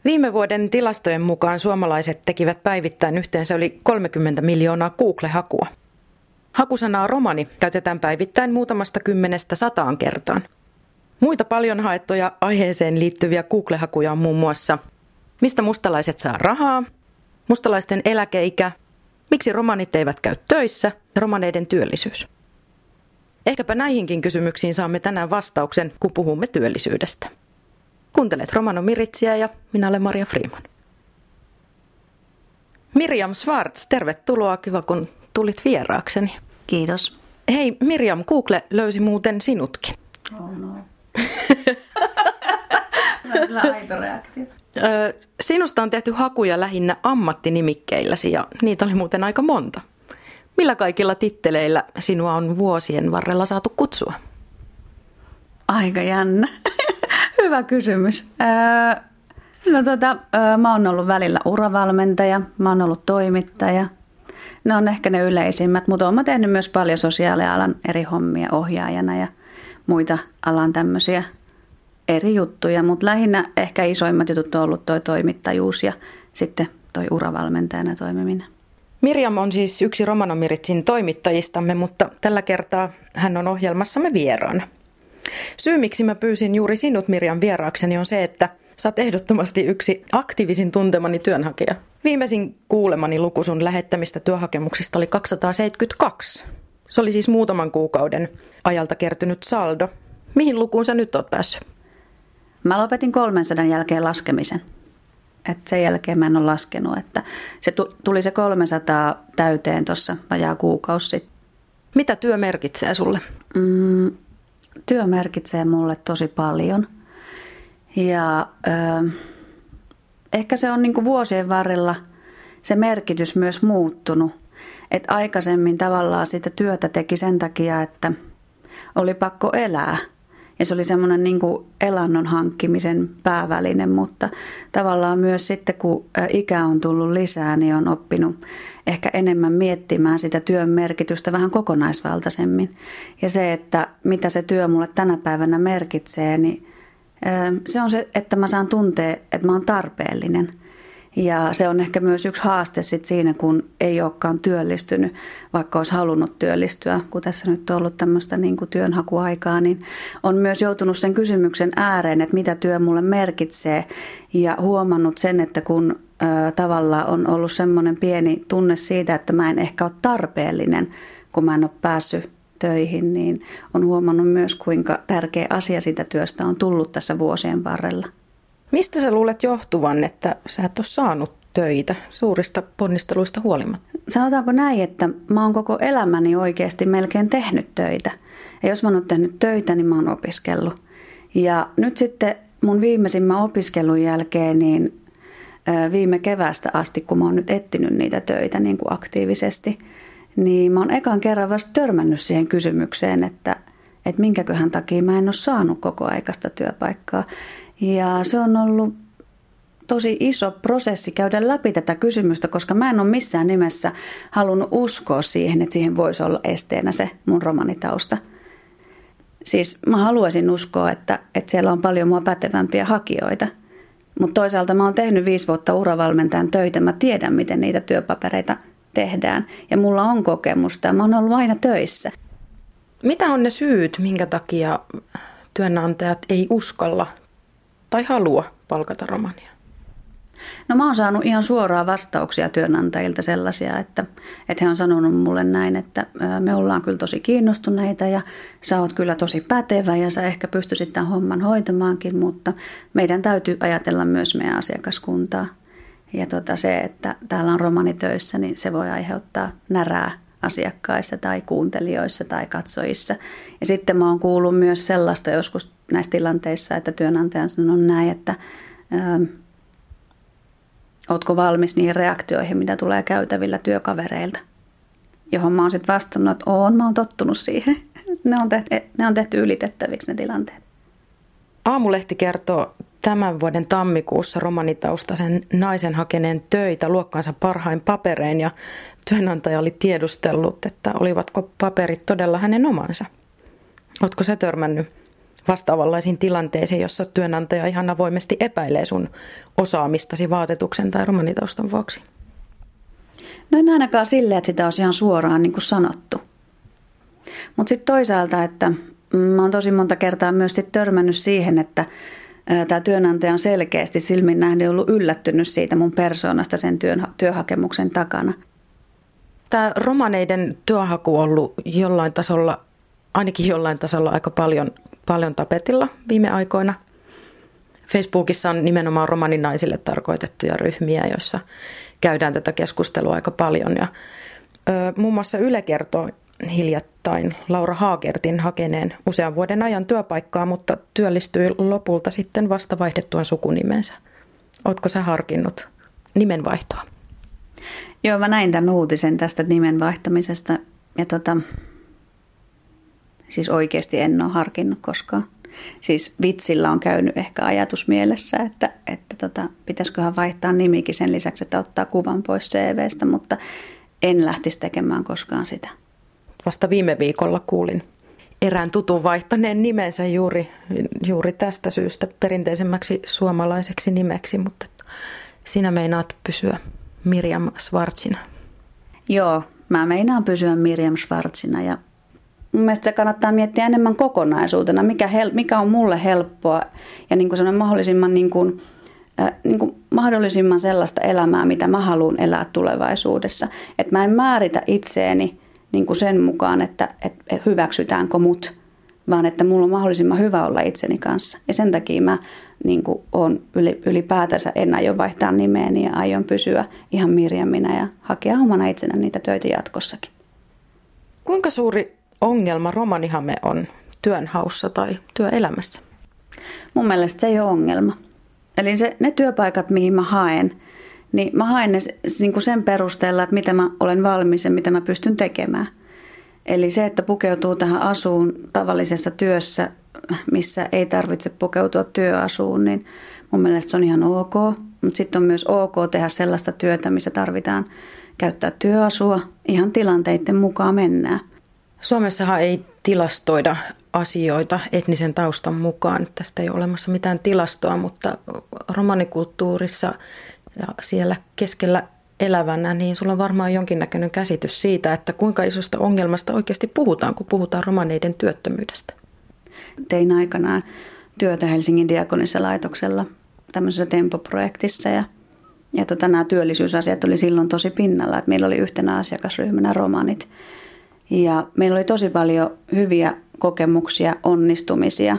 Viime vuoden tilastojen mukaan suomalaiset tekivät päivittäin yhteensä yli 30 miljoonaa Google-hakua. Hakusanaa romani käytetään päivittäin muutamasta 10–100 kertaan. Muita paljon haettuja aiheeseen liittyviä Google-hakuja on muun muassa: mistä mustalaiset saa rahaa, mustalaisten eläkeikä, miksi romanit eivät käy töissä ja romaneiden työllisyys. Ehkäpä näihinkin kysymyksiin saamme tänään vastauksen, kun puhumme työllisyydestä. Kuuntelet Romano Miritsiä ja minä olen Maria Freeman. Miriam Schwartz, tervetuloa. Kiva, kun tulit vieraakseni. Kiitos. Hei Miriam, Google löysi muuten sinutkin. Oh no. Kyllä aito reaktio. Sinusta on tehty hakuja lähinnä ammattinimikkeilläsi ja niitä oli muuten aika monta. Millä kaikilla titteleillä sinua on vuosien varrella saatu kutsua? Aika jännä. Hyvä kysymys. Mä oon ollut välillä uravalmentaja, mä oon ollut toimittaja. Ne on ehkä ne yleisimmät, mutta oon mä tehnyt myös paljon sosiaalialan eri hommia ohjaajana ja muita alan tämmöisiä eri juttuja. Mutta lähinnä ehkä isoimmat jutut on ollut toi toimittajuus ja sitten toi uravalmentajana toimiminen. Miriam on siis yksi Romano Miritsin toimittajistamme, mutta tällä kertaa hän on ohjelmassamme vieraana. Syy, miksi mä pyysin juuri sinut, Miriam, vieraakseni on se, että sä oot ehdottomasti yksi aktiivisin tuntemani työnhakija. Viimeisin kuulemani luku sun lähettämistä työhakemuksista oli 272. Se oli siis muutaman kuukauden ajalta kertynyt saldo. Mihin lukuun sä nyt oot päässyt? Mä lopetin 300 jälkeen laskemisen. Sen jälkeen mä en ole laskenut, että tuli se 300 täyteen tuossa vajaa kuukausi sitten. Mitä työ merkitsee sulle? Työ merkitsee mulle tosi paljon ja ehkä se on niin kuin vuosien varrella se merkitys myös muuttunut. Että aikaisemmin tavallaan sitä työtä teki sen takia, että oli pakko elää. Ja se oli semmoinen niin kuin elannon hankkimisen pääväline, mutta tavallaan myös sitten kun ikä on tullut lisää, niin on oppinut ehkä enemmän miettimään sitä työn merkitystä vähän kokonaisvaltaisemmin. Ja se, että mitä se työ mulle tänä päivänä merkitsee, niin se on se, että mä saan tuntea, että mä oon tarpeellinen. Ja se on ehkä myös yksi haaste sit siinä, kun ei olekaan työllistynyt, vaikka olisi halunnut työllistyä, kun tässä nyt on ollut tämmöistä niin kuin työnhakuaikaa, niin on myös joutunut sen kysymyksen ääreen, että mitä työ mulle merkitsee ja huomannut sen, että kun tavallaan on ollut semmoinen pieni tunne siitä, että mä en ehkä ole tarpeellinen, kun mä en ole päässyt töihin, niin on huomannut myös, kuinka tärkeä asia siitä työstä on tullut tässä vuosien varrella. Mistä sä luulet johtuvan, että sä et ole saanut töitä suurista ponnisteluista huolimatta? Sanotaanko näin, että mä oon koko elämäni oikeasti melkein tehnyt töitä. Ja jos mä oon tehnyt töitä, niin mä oon opiskellut. Ja nyt sitten mun viimeisimmän opiskelun jälkeen, niin viime keväästä asti, kun mä oon nyt etsinyt niitä töitä niin kuin aktiivisesti, niin mä oon ekan kerran vasta törmännyt siihen kysymykseen, että minkäköhän takia mä en ole saanut kokoaikaista työpaikkaa. Ja se on ollut tosi iso prosessi käydä läpi tätä kysymystä, koska mä en ole missään nimessä halunnut uskoa siihen, että siihen voisi olla esteenä se mun romanitausta. Siis mä haluaisin uskoa, että siellä on paljon mua pätevämpiä hakijoita. Mutta toisaalta mä oon tehnyt 5 vuotta uravalmentajan töitä, mä tiedän miten niitä työpapereita tehdään. Ja mulla on kokemusta ja mä oon ollut aina töissä. Mitä on ne syyt, minkä takia työnantajat ei uskalla tai halua palkata romania? No mä oon saanut ihan suoraa vastauksia työnantajilta sellaisia, että he on sanonut mulle näin, että me ollaan kyllä tosi kiinnostuneita ja sä oot kyllä tosi pätevä ja sä ehkä pystyisit tämän homman hoitamaankin, mutta meidän täytyy ajatella myös meidän asiakaskuntaa. Ja se, että täällä on romanitöissä, niin se voi aiheuttaa närää asiakkaissa tai kuuntelijoissa tai katsojissa. Ja sitten mä oon kuullut myös sellaista joskus näissä tilanteissa, että työnantaja on sanonut näin, että ootko valmis niihin reaktioihin, mitä tulee käytävillä työkavereilta. Johon mä oon sitten vastannut, että mä oon tottunut siihen. Ne on tehty ylitettäviksi ne tilanteet. Aamulehti kertoo tämän vuoden tammikuussa romanitaustaisen naisen hakeneen töitä luokkaansa parhain paperein ja työnantaja oli tiedustellut, että olivatko paperit todella hänen omansa. Ootko sä törmännyt vastaavanlaisiin tilanteisiin, jossa työnantaja ihan avoimesti epäilee sun osaamistasi vaatetuksen tai romanitaustan vuoksi? No en ainakaan silleen, että sitä olisi ihan suoraan niin kuin sanottu. Mutta sitten toisaalta, että mä oon tosi monta kertaa myös sit törmännyt siihen, että tämä työnantaja on selkeästi silmin nähden ollut yllättynyt siitä mun persoonasta sen työhakemuksen takana. Tämä romaneiden työhaku on ollut ainakin jollain tasolla aika paljon tapetilla viime aikoina. Facebookissa on nimenomaan romaninaisille tarkoitettuja ryhmiä, joissa käydään tätä keskustelua aika paljon. Ja, muun muassa Yle kertoo hiljattain Laura Haagertin hakeneen usean vuoden ajan työpaikkaa, mutta työllistyi lopulta sitten vasta vaihdettuaan sukunimensä. Ootko sä harkinnut nimenvaihtoa? Joo, mä näin tämän uutisen tästä nimen vaihtamisesta ja siis oikeasti en ole harkinnut koskaan. Siis vitsillä on käynyt ehkä ajatus mielessä, että pitäisiköhän vaihtaa nimikin sen lisäksi, että ottaa kuvan pois CVstä, mutta en lähtisi tekemään koskaan sitä. Vasta viime viikolla kuulin erään tutun vaihtaneen nimensä juuri tästä syystä perinteisemmäksi suomalaiseksi nimeksi, mutta sinä meinaat pysyä Miriam Schwartzina. Joo, mä meinaan pysyä Miriam Schwartzina ja mun mielestä se kannattaa miettiä enemmän kokonaisuutena, mikä on mulle helppoa ja niin kuin mahdollisimman sellaista elämää, mitä mä haluan elää tulevaisuudessa. Että mä en määritä itseäni niin kuin sen mukaan, että hyväksytäänkö mut, vaan että mulla on mahdollisimman hyvä olla itseni kanssa. Ja sen takia mä niin kuin on ylipäätänsä en aio vaihtaa nimeäni ja aion pysyä ihan Mirjamina ja hakea omana itsenä niitä töitä jatkossakin. Kuinka suuri ongelma romanihame on työnhaussa tai työelämässä? Mun mielestä se ei ole ongelma. Eli ne työpaikat, mihin mä haen, niin mä haen ne niin kuin sen perusteella, että mitä mä olen valmis ja mitä mä pystyn tekemään. Eli se, että pukeutuu tähän asuun tavallisessa työssä, missä ei tarvitse pukeutua työasuun, niin mun mielestä se on ihan ok. Mutta sitten on myös ok tehdä sellaista työtä, missä tarvitaan käyttää työasua. Ihan tilanteiden mukaan mennään. Suomessahan ei tilastoida asioita etnisen taustan mukaan. Tästä ei ole olemassa mitään tilastoa, mutta romanikulttuurissa ja siellä keskellä elävänä, niin sulla on varmaan jonkinnäköinen käsitys siitä, että kuinka isosta ongelmasta oikeasti puhutaan, kun puhutaan romaneiden työttömyydestä. Tein aikanaan työtä Helsingin Diakonissalaitoksella tämmöisessä Tempo-projektissa ja nämä työllisyysasiat oli silloin tosi pinnalla, että meillä oli yhtenä asiakasryhmänä romanit. Ja meillä oli tosi paljon hyviä kokemuksia, onnistumisia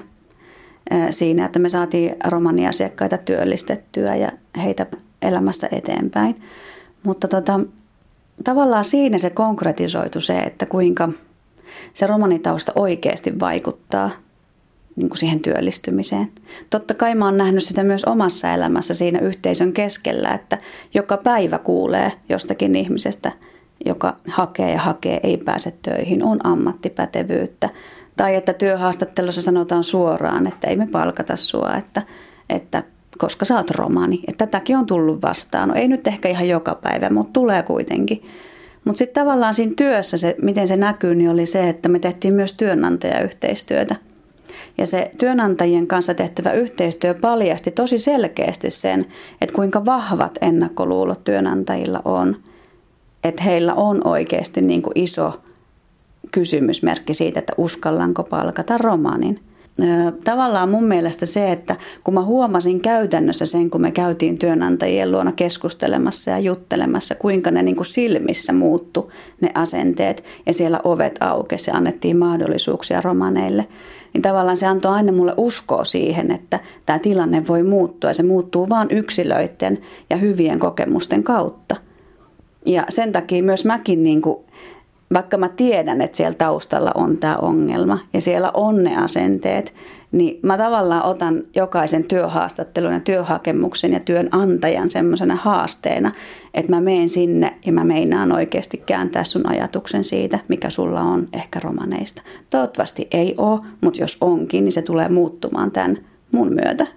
siinä, että me saatiin romaniasiakkaita työllistettyä ja heitä elämässä eteenpäin. Mutta tavallaan siinä se konkretisoitu se, että kuinka se romanitausta oikeasti vaikuttaa niin kuin siihen työllistymiseen. Totta kai mä oon nähnyt sitä myös omassa elämässä siinä yhteisön keskellä, että joka päivä kuulee jostakin ihmisestä, joka hakee, ei pääse töihin, on ammattipätevyyttä. Tai että työhaastattelussa sanotaan suoraan, että ei me palkata sua, että koska sä oot romani. Että tätäkin on tullut vastaan. No ei nyt ehkä ihan joka päivä, mutta tulee kuitenkin. Mutta sitten tavallaan siinä työssä, miten se näkyy, niin oli se, että me tehtiin myös työnantajayhteistyötä. Ja se työnantajien kanssa tehtävä yhteistyö paljasti tosi selkeästi sen, että kuinka vahvat ennakkoluulot työnantajilla on. Että heillä on oikeasti niin kuin iso kysymysmerkki siitä, että uskallanko palkata romanin. Tavallaan mun mielestä se, että kun mä huomasin käytännössä sen, kun me käytiin työnantajien luona keskustelemassa ja juttelemassa, kuinka ne niin kuin silmissä muuttu ne asenteet ja siellä ovet aukesi ja annettiin mahdollisuuksia romaneille, niin tavallaan se antoi aina mulle uskoa siihen, että tämä tilanne voi muuttua ja se muuttuu vaan yksilöiden ja hyvien kokemusten kautta. Ja sen takia myös mäkin, niin kuin, vaikka mä tiedän, että siellä taustalla on tämä ongelma ja siellä on ne asenteet, niin mä tavallaan otan jokaisen työhaastattelun ja työhakemuksen ja työnantajan semmoisena haasteena, että mä menen sinne ja mä meinaan oikeasti kääntää sun ajatuksen siitä, mikä sulla on ehkä romaneista. Toivottavasti ei ole, mutta jos onkin, niin se tulee muuttumaan tämän mun myötä.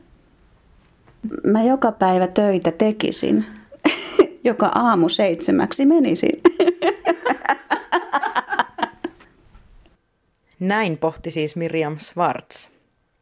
Mä joka päivä töitä tekisin. Joka aamu 7 menisin. Näin pohti siis Miriam Schwartz.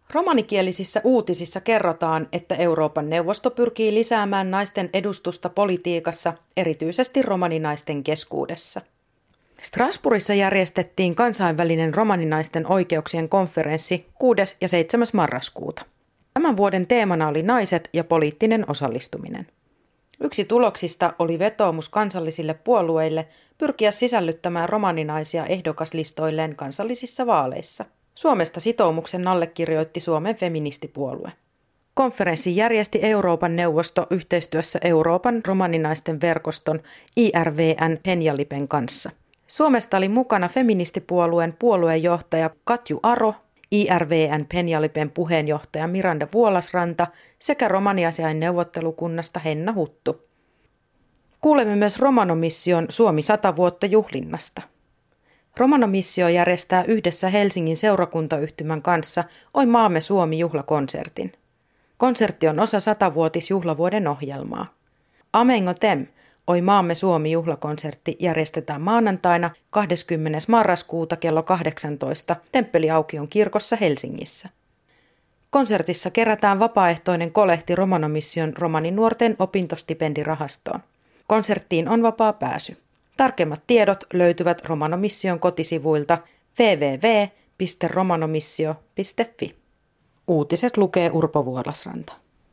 Romanikielisissä uutisissa kerrotaan, että Euroopan neuvosto pyrkii lisäämään naisten edustusta politiikassa, erityisesti romaninaisten keskuudessa. Strasbourgissa järjestettiin kansainvälinen romaninaisten oikeuksien konferenssi 6. ja 7. marraskuuta. Tämän vuoden teemana oli naiset ja poliittinen osallistuminen. Yksi tuloksista oli vetoomus kansallisille puolueille pyrkiä sisällyttämään romaninaisia ehdokaslistoilleen kansallisissa vaaleissa. Suomesta sitoumuksen allekirjoitti Suomen feministipuolue. Konferenssi järjesti Euroopan neuvosto yhteistyössä Euroopan romaninaisten verkoston IRVN Penjalipen kanssa. Suomesta oli mukana feministipuolueen puoluejohtaja Katju Aro, IRVN Penjalipen puheenjohtaja Miranda Vuolasranta sekä romaniasiain neuvottelukunnasta Henna Huttu. Kuulemme myös Romanomission Suomi 100 vuotta juhlinnasta. Romanomissio järjestää yhdessä Helsingin seurakuntayhtymän kanssa Oi maamme Suomi -juhlakonsertin. Konsertti on osa 100-vuotisjuhlavuoden ohjelmaa. Amengo Tem, Oi maamme Suomi -juhlakonsertti järjestetään maanantaina 20. marraskuuta kello 18 Temppeliaukion kirkossa Helsingissä. Konsertissa kerätään vapaaehtoinen kolehti Romanomission romaninuorten opintostipendirahastoon. Konserttiin on vapaa pääsy. Tarkemmat tiedot löytyvät Romanomission kotisivuilta www.romanomissio.fi. Uutiset lukee Urpo Vuolasranta.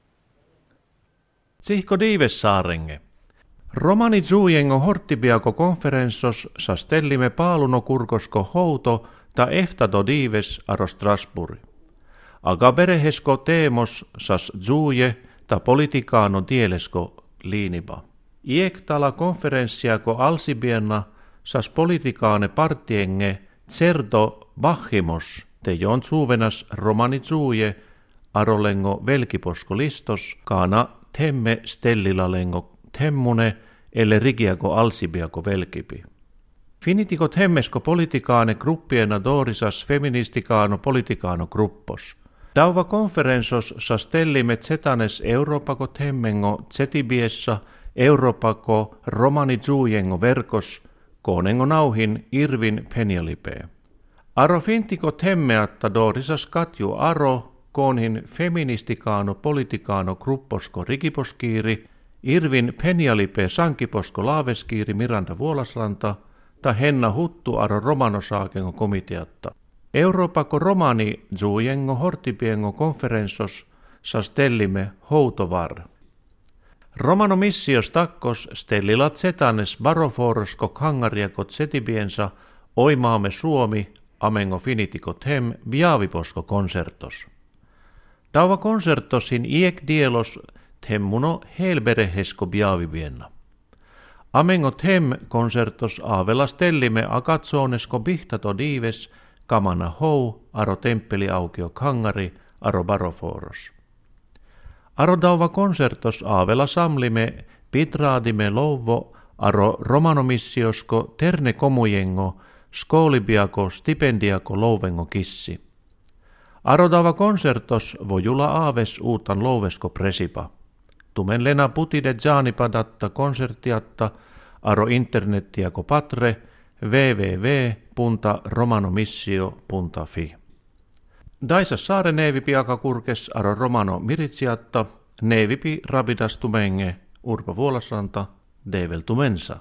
Tsihko Diivessaarenge. Romani Zujengo horttibiako konferenssos sa stellime paaluno kurkosko houto ta eftato diives aro Strasbourg. Aga berehesko teemos sas Zuje ta politikaano tielesko liiniba. Iektala konferenssiako alsibienna sas politikaane partienge certo bahimos te jon suvenas Romani Zuje arolengo velkiposko listos kaana temme stellilalengo temmune elle rigiako alsibiako velkipi. Finitiko temmesko politikaane gruppiena dorisas feministikaano politikaano gruppos. Dauva konferensos sa stellime zetanes Europako temmengo zetibiessa Europako Romani Zujengo verkos koonengo nauhin Irvin Penjalipe. Aro fintiko temmeatta dorisas Katju Aro koonhin feministikaano politikaano grupposko rigiposkiiri Irvin Penjalipe sankiposko laaveskiiri Miranda Vuolasranta ta Henna Huttu aro romanosaakengo komiteatta. Europako Romani Zujengo hortipiengo konferenssos sa stellime houtovar. Romanomissios takkos stellilat setanes baroforosko kangariakot setibiensa Oi maamme Suomi amengo finitikot hem viaviposko konsertos. Tauva konsertosin iek dielos temmuno helberehesko biavibienna. Amengot hem konsertos aavela stellime akatsonesko bihtato diives kamana hou aro temppeliaukio kangari aro baroforos. Aro dauva konsertos aavela samlime pitraadime louvo aro romanomissiosko terne komujengo skoolibiako stipendiako louvengo kissi. Aro dauva konsertos vojula aaves uutan louvesko presipa. Tumen lena putide jaanipadatta konsertiatta aro internettiako patre www.romanomissio.fi. Daisa saare neevipi akakurkes aro romano miritsiatta neevipi rabidastumenge Urpo Vuolasranta develtumensa.